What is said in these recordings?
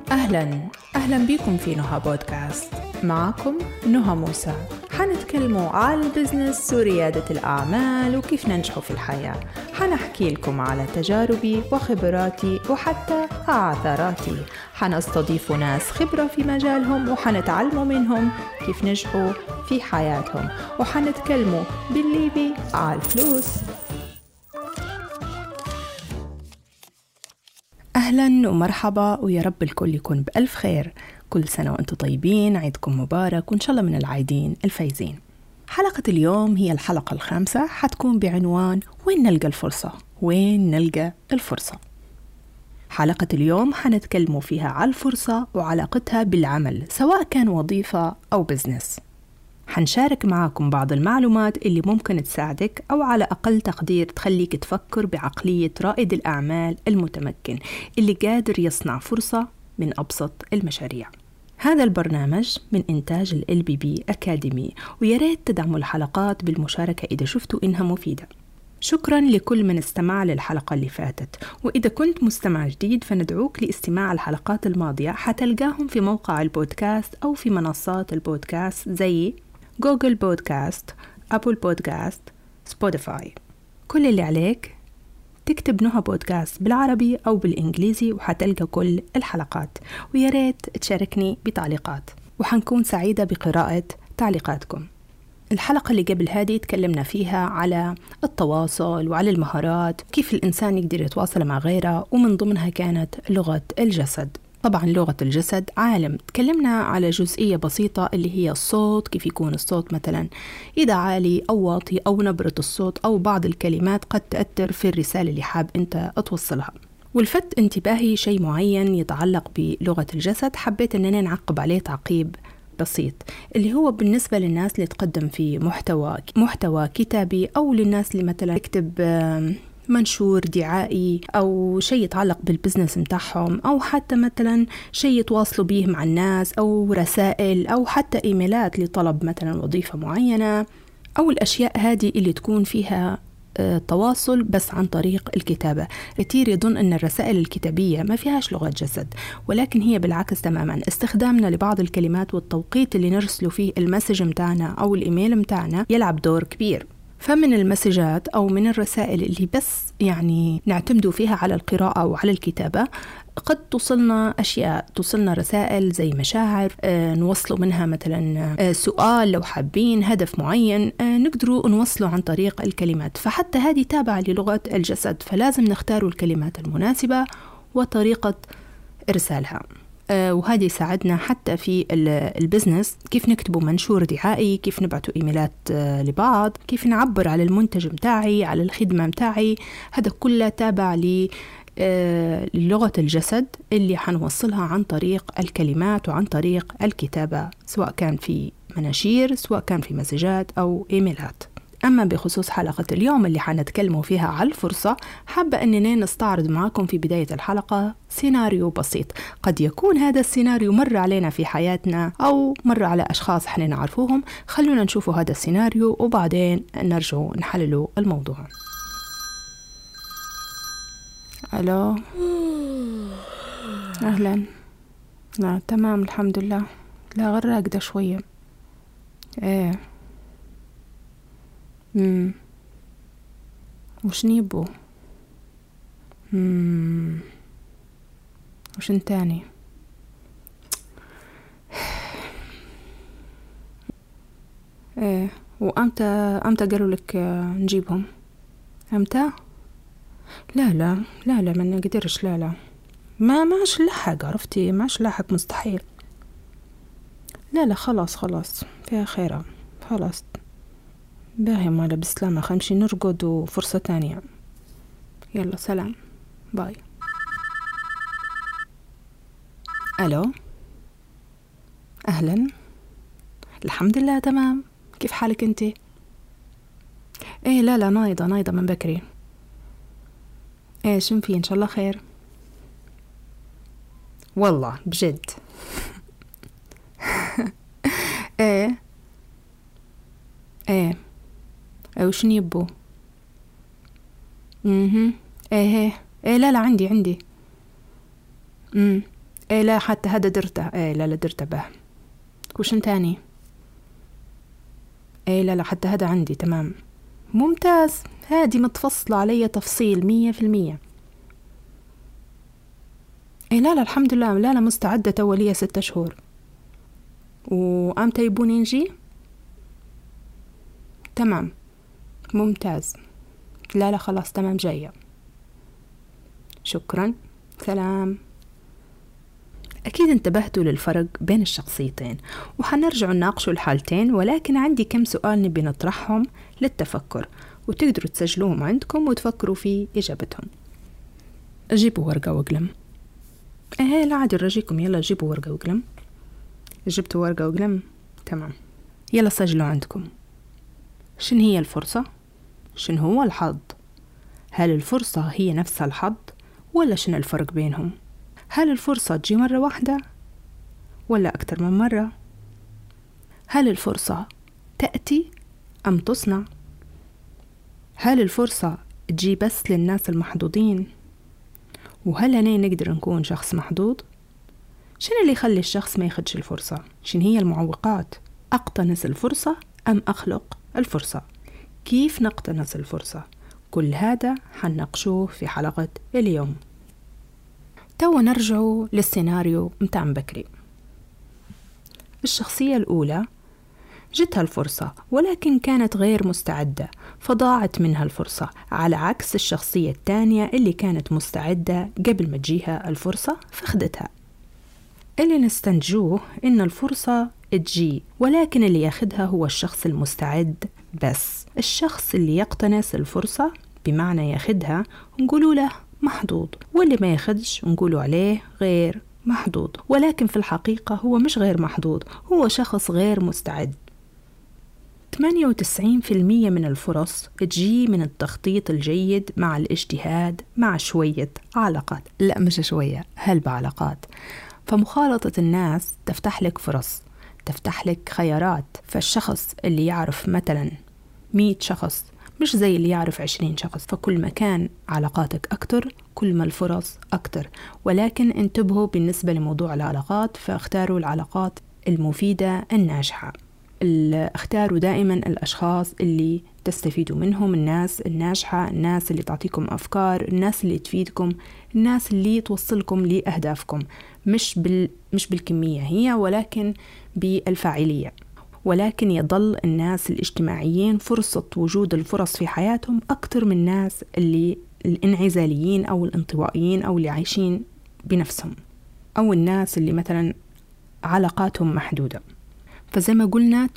أهلا بكم في نهى بودكاست. معكم نهى موسى. حنتكلموا على البزنس وريادة الأعمال وكيف ننجحوا في الحياة. حنحكي لكم على تجاربي وخبراتي وحتى عثراتي. حنستضيف ناس خبرة في مجالهم وحنتعلموا منهم كيف نجحوا في حياتهم، وحنتكلموا بالليبي على الفلوس. أهلا ومرحبا، ويا رب الكل يكون بألف خير. كل سنة وأنتم طيبين، عيدكم مبارك وإن شاء الله من العايدين الفايزين. حلقة اليوم هي الحلقة الخامسة، حتكون بعنوان وين نلقى الفرصة؟ وين نلقى الفرصة؟ حلقة اليوم حنتكلموا فيها على الفرصة وعلاقتها بالعمل، سواء كان وظيفة أو بزنس. حنشارك معاكم بعض المعلومات اللي ممكن تساعدك أو على أقل تقدير تخليك تفكر بعقلية رائد الأعمال المتمكن اللي قادر يصنع فرصة من أبسط المشاريع. هذا البرنامج من إنتاج LBB أكاديمي، وياريت تدعموا الحلقات بالمشاركة إذا شفتوا إنها مفيدة. شكرا لكل من استمع للحلقة اللي فاتت، وإذا كنت مستمع جديد فندعوك لاستماع الحلقات الماضية، حتلقاهم في موقع البودكاست أو في منصات البودكاست زي جوجل بودكاست، أبل بودكاست، سبوتيفاي. كل اللي عليك تكتب نهى بودكاست بالعربي أو بالإنجليزي وحتلقى كل الحلقات، وياريت تشاركني بتعليقات وحنكون سعيدة بقراءة تعليقاتكم. الحلقة اللي قبل هذه تكلمنا فيها على التواصل وعلى المهارات، كيف الإنسان يقدر يتواصل مع غيره، ومن ضمنها كانت لغة الجسد. طبعا لغة الجسد عالم، تكلمنا على جزئية بسيطة اللي هي الصوت، كيف يكون الصوت مثلا إذا عالي أو واطي، أو نبرة الصوت أو بعض الكلمات قد تأثر في الرسالة اللي حاب أنت توصلها. والفت انتباهي شيء معين يتعلق بلغة الجسد، حبيت أننا نعقب عليه تعقيب بسيط، اللي هو بالنسبة للناس اللي تقدم في محتوى كتابي، أو للناس اللي مثلا يكتب منشور دعائي أو شيء يتعلق بالبزنس متاعهم، أو حتى مثلا شيء يتواصلوا به مع الناس، أو رسائل، أو حتى إيميلات لطلب مثلا وظيفة معينة، أو الأشياء هذه اللي تكون فيها تواصل بس عن طريق الكتابة. كثير يظن أن الرسائل الكتابية ما فيهاش لغة جسد، ولكن هي بالعكس تماما. استخدامنا لبعض الكلمات والتوقيت اللي نرسله فيه المسج متاعنا أو الإيميل متاعنا يلعب دور كبير. فمن المسجات أو من الرسائل اللي بس يعني نعتمدوا فيها على القراءة وعلى الكتابة، قد توصلنا أشياء، توصلنا رسائل زي مشاعر، نوصلوا منها مثلا سؤال لو حابين هدف معين، نقدروا نوصله عن طريق الكلمات. فحتى هذه تابعة للغة الجسد، فلازم نختاروا الكلمات المناسبة وطريقة إرسالها. وهذا يساعدنا حتى في البزنس، كيف نكتبوا منشور دعائي، كيف نبعتوا إيميلات لبعض، كيف نعبر على المنتج متاعي، على الخدمة متاعي. هذا كله تابع للغة الجسد اللي حنوصلها عن طريق الكلمات وعن طريق الكتابة، سواء كان في مناشير، سواء كان في مسجات أو إيميلات. أما بخصوص حلقة اليوم اللي حنتكلموا فيها على الفرصة، حابة أننا نستعرض معكم في بداية الحلقة سيناريو بسيط. قد يكون هذا السيناريو مر علينا في حياتنا أو مر على أشخاص احنا نعرفوهم. خلونا نشوفوا هذا السيناريو وبعدين نرجع نحللوا الموضوع. ألو، أهلا. لا تمام الحمد لله. لا غير راقدة شوية. ايه وش نيبو؟ وش انتاني؟ ايه، وامتى قالوا لك نجيبهم؟ امتى؟ لا ما نقدرش. لا ماش لحق، عرفتي، ماش لحق، مستحيل. لا خلاص فيها خيرة، خلاص باهي، ما بسلامة، خمشي نرقد وفرصة تانية. يلا سلام، باي. ألو، أهلا. الحمد لله تمام، كيف حالك انتي؟ ايه لا نايضة من بكري. ايه شن في، ان شاء الله خير. والله بجد. ايه وش يبو؟ ايه لا عندي. إيه لا حتى هذا درته، إيه لا درته به. وشن تاني؟ إيه لا حتى هذا عندي تمام. ممتاز، هادي متفصلة علي تفصيل 100%. إيه لا الحمد لله، لا مستعدة تولية 6 شهور. وأمتى يبوني نجي؟ تمام ممتاز. لا خلاص تمام جاية. شكرا سلام. أكيد انتبهتوا للفرق بين الشخصيتين، وحنرجع نناقشوا الحالتين، ولكن عندي كم سؤال نبي نطرحهم للتفكر، وتقدروا تسجلوهم عندكم وتفكروا في إجابتهم. جيبوا ورقة وقلم. إيه لا عادي نرجيكم، يلا جيبوا ورقة وقلم. جبتوا ورقة وقلم؟ تمام. يلا سجلوا عندكم. شن هي الفرصة؟ شن هو الحظ؟ هل الفرصة هي نفسها الحظ ولا شن الفرق بينهم؟ هل الفرصة تجي مرة واحدة ولا أكتر من مرة؟ هل الفرصة تأتي أم تصنع؟ هل الفرصة تجي بس للناس المحظوظين؟ وهل أنا نقدر نكون شخص محظوظ؟ شنو اللي يخلي الشخص ما ياخدش الفرصة؟ شنو هي المعوقات؟ أقتنص الفرصة أم أخلق الفرصة؟ كيف نقتنص الفرصة؟ كل هذا حنناقشوه في حلقة اليوم. تو نرجع للسيناريو متاع بكري. الشخصية الأولى جتها الفرصة ولكن كانت غير مستعدة فضاعت منها الفرصة، على عكس الشخصية الثانية اللي كانت مستعدة قبل ما تجيها الفرصة فخدتها. اللي نستنتجوه إن الفرصة تجي، ولكن اللي ياخدها هو الشخص المستعد بس. الشخص اللي يقتنص الفرصة بمعنى ياخدها نقولوا له محظوظ، واللي ما ياخدش نقولوا عليه غير محظوظ، ولكن في الحقيقة هو مش غير محظوظ، هو شخص غير مستعد. 98% من الفرص تجي من التخطيط الجيد مع الاجتهاد مع شوية علاقات، لا مش شوية، هل بعلاقات. فمخالطة الناس تفتح لك فرص، تفتح لك خيارات. فالشخص اللي يعرف مثلا 100 شخص مش زي اللي يعرف 20 شخص، فكل ما كان علاقاتك أكتر كل ما الفرص أكتر. ولكن انتبهوا بالنسبة لموضوع العلاقات، فاختاروا العلاقات المفيدة الناجحة. اختاروا دائما الأشخاص اللي تستفيدوا منهم، الناس الناجحة، الناس اللي تعطيكم أفكار، الناس اللي تفيدكم، الناس اللي توصلكم لأهدافكم، مش بالكمية هي ولكن بالفاعلية. ولكن يظل الناس الاجتماعيين فرصة وجود الفرص في حياتهم أكتر من الناس اللي الانعزاليين أو الانطوائيين أو اللي عايشين بنفسهم، أو الناس اللي مثلا علاقاتهم محدودة. فزي ما قلنا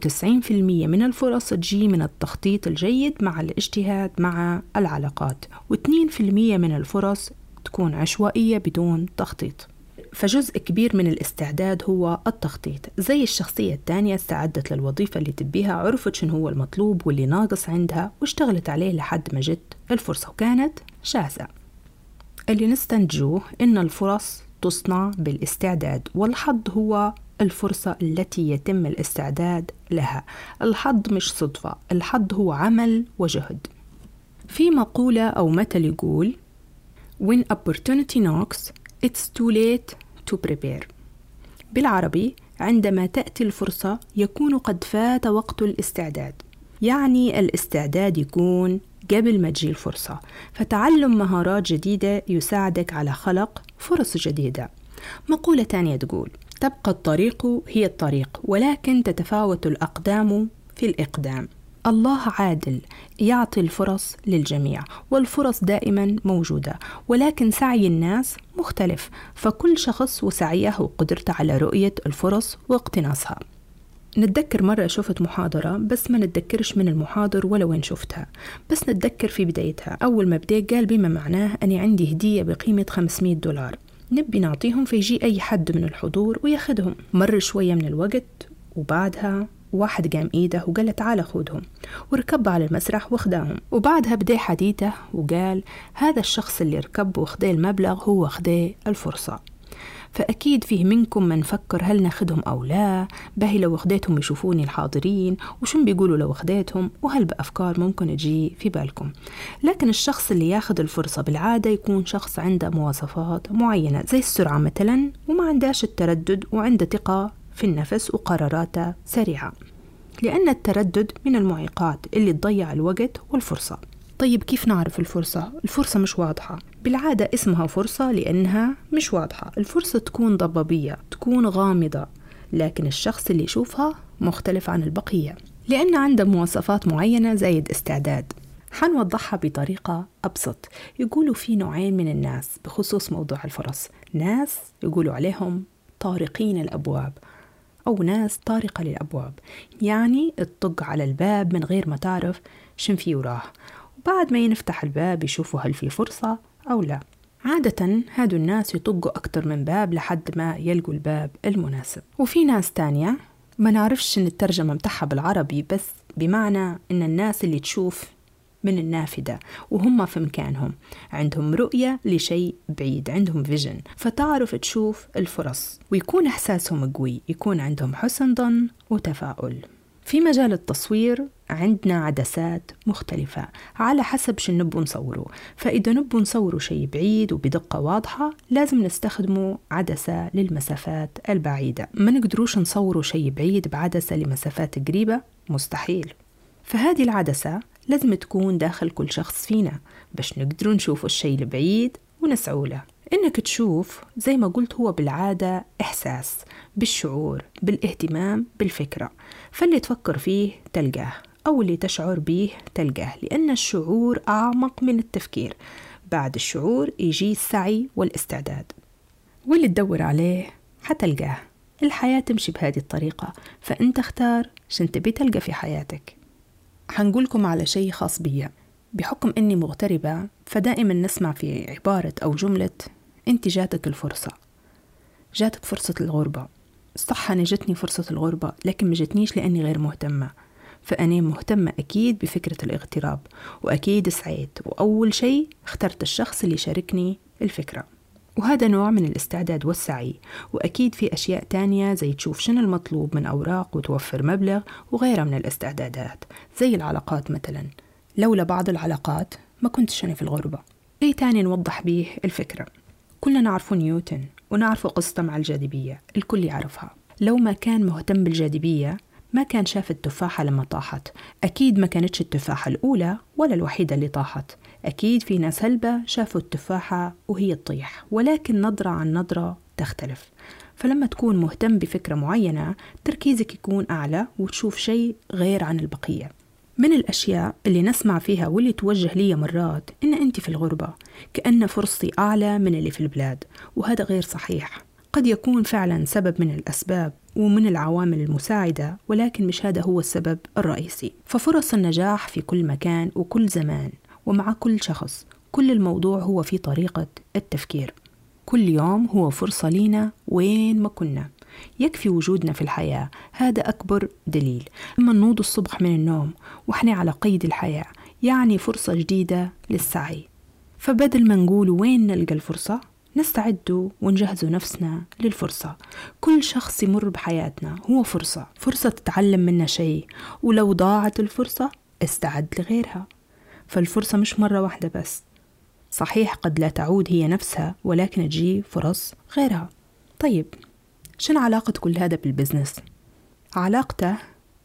98% من الفرص تجي من التخطيط الجيد مع الاجتهاد مع العلاقات، و2% من الفرص تكون عشوائية بدون تخطيط. فجزء كبير من الاستعداد هو التخطيط. زي الشخصية الثانية استعدت للوظيفة اللي تبيها، عرفت شنو هو المطلوب واللي ناقص عندها واشتغلت عليه لحد ما جت الفرصة وكانت جاهزة. اللي نستنتجوه إن الفرص تصنع بالاستعداد، والحظ هو الفرصة التي يتم الاستعداد لها. الحظ مش صدفة، الحظ هو عمل وجهد. في مقولة أو مثل يقول When opportunity knocks it's too late to prepare. بالعربي عندما تأتي الفرصة يكون قد فات وقت الاستعداد، يعني الاستعداد يكون قبل ما تجي الفرصة. فتعلم مهارات جديدة يساعدك على خلق فرص جديدة. مقولة تانية تقول تبقى الطريق هي الطريق ولكن تتفاوت الأقدام في الإقدام. الله عادل يعطي الفرص للجميع، والفرص دائما موجودة، ولكن سعي الناس مختلف، فكل شخص وسعيه وقدرته على رؤية الفرص واقتناصها. نتذكر مرة شفت محاضرة بس ما نتذكرش من المحاضر ولا وين شفتها، بس نتذكر في بدايتها أول ما بدأ قال بما معناه أني عندي هدية بقيمة $500 نبي نعطيهم، فيجي أي حد من الحضور وياخدهم. مر شوية من الوقت وبعدها واحد قام إيده وقال تعال خودهم، وركب على المسرح واخداهم. وبعدها بدأ حديثه وقال هذا الشخص اللي ركب واخده المبلغ هو خده الفرصة. فأكيد فيه منكم من فكر هل ناخدهم أو لا، باهي لو أخديتهم يشوفوني الحاضرين وشو بيقولوا لو أخديتهم، وهل بأفكار ممكن تجي في بالكم. لكن الشخص اللي ياخد الفرصة بالعادة يكون شخص عنده مواصفات معينة زي السرعة مثلا، وما عندهاش التردد، وعنده ثقة في النفس وقراراته سريعة، لأن التردد من المعيقات اللي تضيع الوقت والفرصة. طيب كيف نعرف الفرصة؟ الفرصة مش واضحة، بالعادة اسمها فرصة لأنها مش واضحة. الفرصة تكون ضبابية، تكون غامضة، لكن الشخص اللي يشوفها مختلف عن البقية لأن عنده مواصفات معينة زي استعداد. حنوضحها بطريقة أبسط. يقولوا في نوعين من الناس بخصوص موضوع الفرص، ناس يقولوا عليهم طارقين الأبواب، أو ناس طارقة للأبواب، يعني تطق على الباب من غير ما تعرف شن فيه وراه، وبعد ما ينفتح الباب يشوفوا هل في فرصة أو لا. عادة هادو الناس يطقوا أكتر من باب لحد ما يلقوا الباب المناسب. وفي ناس تانية ما نعرفش إن الترجمة متاحة بالعربي، بس بمعنى إن الناس اللي تشوف من النافذة وهم في مكانهم، عندهم رؤية لشيء بعيد، عندهم فيجن، فتعرف تشوف الفرص ويكون إحساسهم قوي، يكون عندهم حسن ظن وتفاؤل. في مجال التصوير عندنا عدسات مختلفة على حسب شو نبو نصوره، فإذا نبو نصوروا شيء بعيد وبدقة واضحة لازم نستخدموا عدسة للمسافات البعيدة. ما نقدروش نصوروا شيء بعيد بعدسة لمسافات قريبة، مستحيل. فهذه العدسة لازم تكون داخل كل شخص فينا باش نقدروا نشوفوا الشيء البعيد ونسعوا له. إنك تشوف زي ما قلت هو بالعادة إحساس، بالشعور، بالاهتمام، بالفكرة، فاللي تفكر فيه تلقاه، أو اللي تشعر به تلقاه، لأن الشعور أعمق من التفكير. بعد الشعور يجي السعي والاستعداد، واللي تدور عليه حتلقاه. الحياة تمشي بهذه الطريقة، فأنت اختار شن تبي تلقى في حياتك. حنقولكم على شيء خاص بي، بحكم أني مغتربة فدائما نسمع في عبارة أو جملة أنت جاتك الفرصة، جاتك فرصة الغربة. صح، أنا جتني فرصة الغربة، لكن ما جتنيش لأني غير مهتمة، فأنا مهتمة أكيد بفكرة الاغتراب، وأكيد سعيت، وأول شيء اخترت الشخص اللي شاركني الفكرة، وهذا نوع من الاستعداد والسعي. وأكيد في أشياء تانية زي تشوف شنو المطلوب من أوراق وتوفر مبلغ وغيرها من الاستعدادات، زي العلاقات مثلا. لولا بعض العلاقات ما كنتش أنا في الغربة. شيء تاني نوضح به الفكرة، كلنا نعرف نيوتن ونعرف قصته مع الجاذبية، الكل يعرفها. لو ما كان مهتم بالجاذبية ما كان شاف التفاحة لما طاحت، أكيد ما كانتش التفاحة الأولى ولا الوحيدة اللي طاحت، أكيد في ناس هلبة شافوا التفاحة وهي تطيح، ولكن نظرة عن نظرة تختلف. فلما تكون مهتم بفكرة معينة تركيزك يكون أعلى وتشوف شيء غير عن البقية. من الأشياء اللي نسمع فيها واللي توجه لي مرات إن أنت في الغربة، كأن فرصتي أعلى من اللي في البلاد، وهذا غير صحيح. قد يكون فعلا سبب من الأسباب ومن العوامل المساعدة، ولكن مش هذا هو السبب الرئيسي. ففرص النجاح في كل مكان وكل زمان ومع كل شخص. كل الموضوع هو في طريقة التفكير. كل يوم هو فرصة لينا وين ما كنا، يكفي وجودنا في الحياة، هذا أكبر دليل. لما نوض الصبح من النوم وإحنا على قيد الحياة يعني فرصة جديدة للسعي. فبدل ما نقول وين نلقى الفرصة، نستعد ونجهز نفسنا للفرصة. كل شخص يمر بحياتنا هو فرصة تتعلم منها شيء، ولو ضاعت الفرصة استعد لغيرها. فالفرصة مش مرة واحدة بس، صحيح قد لا تعود هي نفسها، ولكن تجي فرص غيرها. طيب شنو علاقة كل هذا بالبزنس؟ علاقته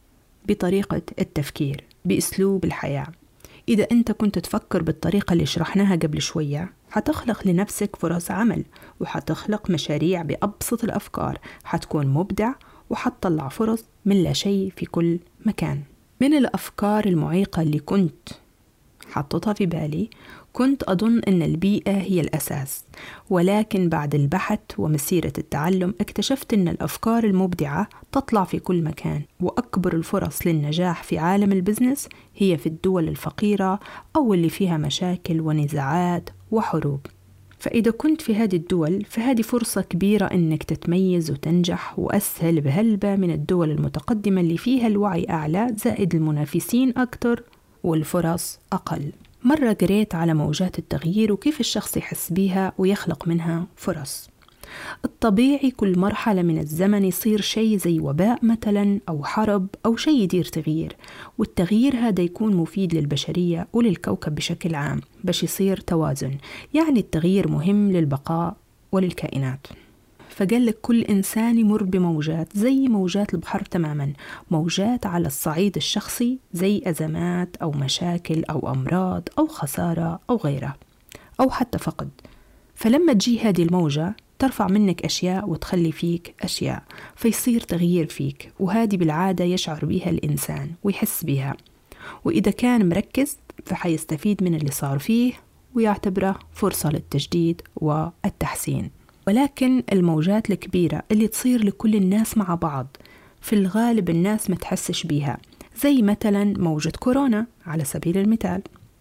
بطريقة التفكير، بأسلوب الحياة. إذا أنت كنت تفكر بالطريقة اللي شرحناها قبل شوية، حتخلق لنفسك فرص عمل، وحتخلق مشاريع بأبسط الأفكار، حتكون مبدع وحتطلع فرص من لا شيء في كل مكان. من الأفكار المعيقة اللي كنت حطتها في بالي، كنت أظن أن البيئة هي الأساس، ولكن بعد البحث ومسيرة التعلم اكتشفت أن الأفكار المبدعة تطلع في كل مكان، وأكبر الفرص للنجاح في عالم البزنس هي في الدول الفقيرة أو اللي فيها مشاكل ونزاعات وحروب. فإذا كنت في هذه الدول فهذه فرصة كبيرة أنك تتميز وتنجح، وأسهل بهلبة من الدول المتقدمة اللي فيها الوعي أعلى، زائد المنافسين أكتر والفرص أقل. مرة قريت على موجات التغيير وكيف الشخص يحس بيها ويخلق منها فرص. الطبيعي كل مرحلة من الزمن يصير شيء زي وباء مثلا أو حرب أو شيء يدير تغيير، والتغيير هذا يكون مفيد للبشرية وللكوكب بشكل عام باش يصير توازن. يعني التغيير مهم للبقاء وللكائنات. فقال لك كل إنسان يمر بموجات زي موجات البحر تماما، موجات على الصعيد الشخصي زي أزمات أو مشاكل أو أمراض أو خسارة أو غيرها أو حتى فقد. فلما تجي هذه الموجة ترفع منك أشياء وتخلي فيك أشياء، فيصير تغيير فيك، وهذه بالعادة يشعر بها الإنسان ويحس بها، وإذا كان مركز فحيستفيد من اللي صار فيه ويعتبره فرصة للتجديد والتحسين. ولكن الموجات الكبيرة اللي تصير لكل الناس مع بعض في الغالب الناس ما تحسش بيها، زي مثلا موجة كورونا على سبيل المثال،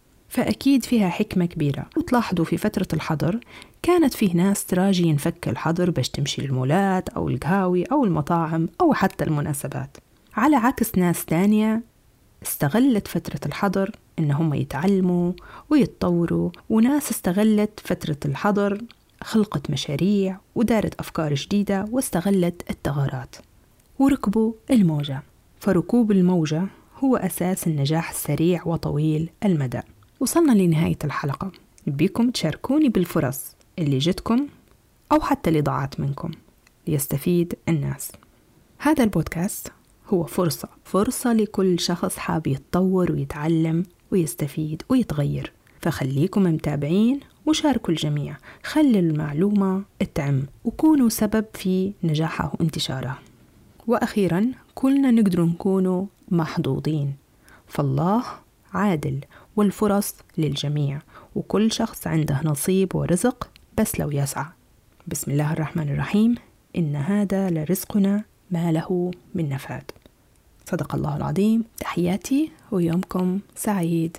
فأكيد فيها حكمة كبيرة. وتلاحظوا في فترة الحظر كانت فيه ناس تراجي ينفك الحظر باش تمشي للمولات أو القهاوي أو المطاعم أو حتى المناسبات، على عكس ناس تانية استغلت فترة الحظر إنهم يتعلموا ويتطوروا، وناس استغلت فترة الحظر خلقت مشاريع ودارت أفكار جديدة واستغلت الثغرات وركبوا الموجة. فركوب الموجة هو أساس النجاح السريع وطويل المدى. وصلنا لنهاية الحلقة، بيكم تشاركوني بالفرص اللي جتكم أو حتى اللي ضاعت منكم ليستفيد الناس. هذا البودكاست هو فرصة لكل شخص حاب يتطور ويتعلم ويستفيد ويتغير، فخليكم متابعين وشاركوا الجميع، خلي المعلومة تعم وكونوا سبب في نجاحها وانتشارها. وأخيرا كلنا نقدر نكونوا محظوظين، فالله عادل والفرص للجميع، وكل شخص عنده نصيب ورزق بس لو يسعى. بسم الله الرحمن الرحيم، إن هذا لرزقنا ما له من نفاد. صدق الله العظيم. تحياتي ويومكم سعيد.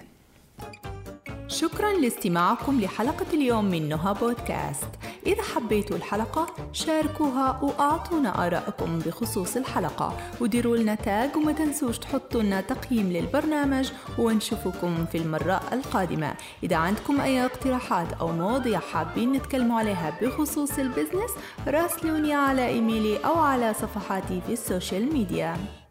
شكرا لاستماعكم لحلقة اليوم من نهى بودكاست. إذا حبيتوا الحلقة شاركوها وأعطونا آراءكم بخصوص الحلقة، وديروا لنا تاج، وما تنسوش تحطوا لنا تقييم للبرنامج، ونشوفكم في المرة القادمة. إذا عندكم أي اقتراحات أو مواضيع حابين نتكلموا عليها بخصوص البزنس راسلوني على إيميلي أو على صفحاتي في السوشيال ميديا.